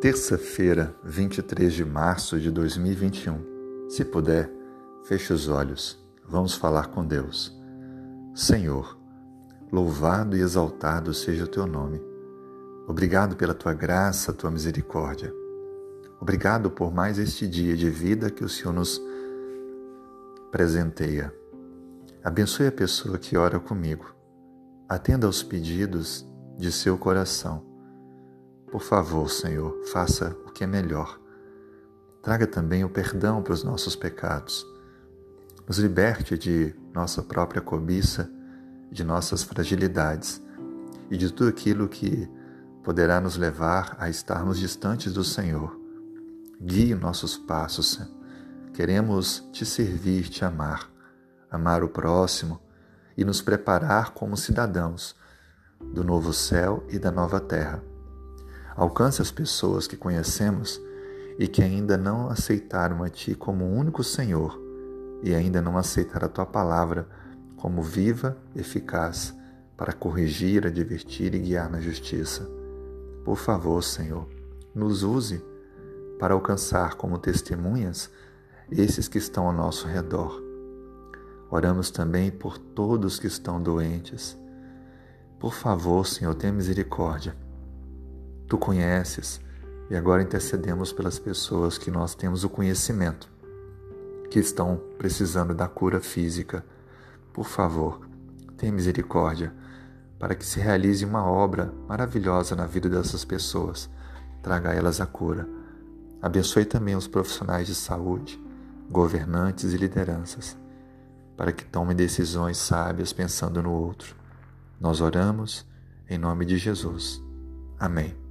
Terça-feira, 23 de março de 2021. Se puder, feche os olhos. Vamos falar com Deus. Senhor, louvado e exaltado seja o Teu nome. Obrigado pela Tua graça, Tua misericórdia. Obrigado por mais este dia de vida que o Senhor nos presenteia. Abençoe a pessoa que ora comigo. Atenda aos pedidos de seu coração. Por favor, Senhor, faça o que é melhor. Traga também o perdão para os nossos pecados. Nos liberte de nossa própria cobiça, de nossas fragilidades e de tudo aquilo que poderá nos levar a estarmos distantes do Senhor. Guie nossos passos, Senhor. Queremos Te servir, Te amar, amar o próximo e nos preparar como cidadãos do novo céu e da nova terra. Alcance as pessoas que conhecemos e que ainda não aceitaram a Ti como o único Senhor e ainda não aceitaram a Tua palavra como viva, eficaz, para corrigir, advertir e guiar na justiça. Por favor, Senhor, nos use para alcançar como testemunhas esses que estão ao nosso redor. Oramos também por todos que estão doentes. Por favor, Senhor, tenha misericórdia. Tu conheces e agora intercedemos pelas pessoas que nós temos o conhecimento, que estão precisando da cura física. Por favor, tenha misericórdia para que se realize uma obra maravilhosa na vida dessas pessoas. Traga a elas a cura. Abençoe também os profissionais de saúde, governantes e lideranças, para que tomem decisões sábias pensando no outro. Nós oramos em nome de Jesus. Amém.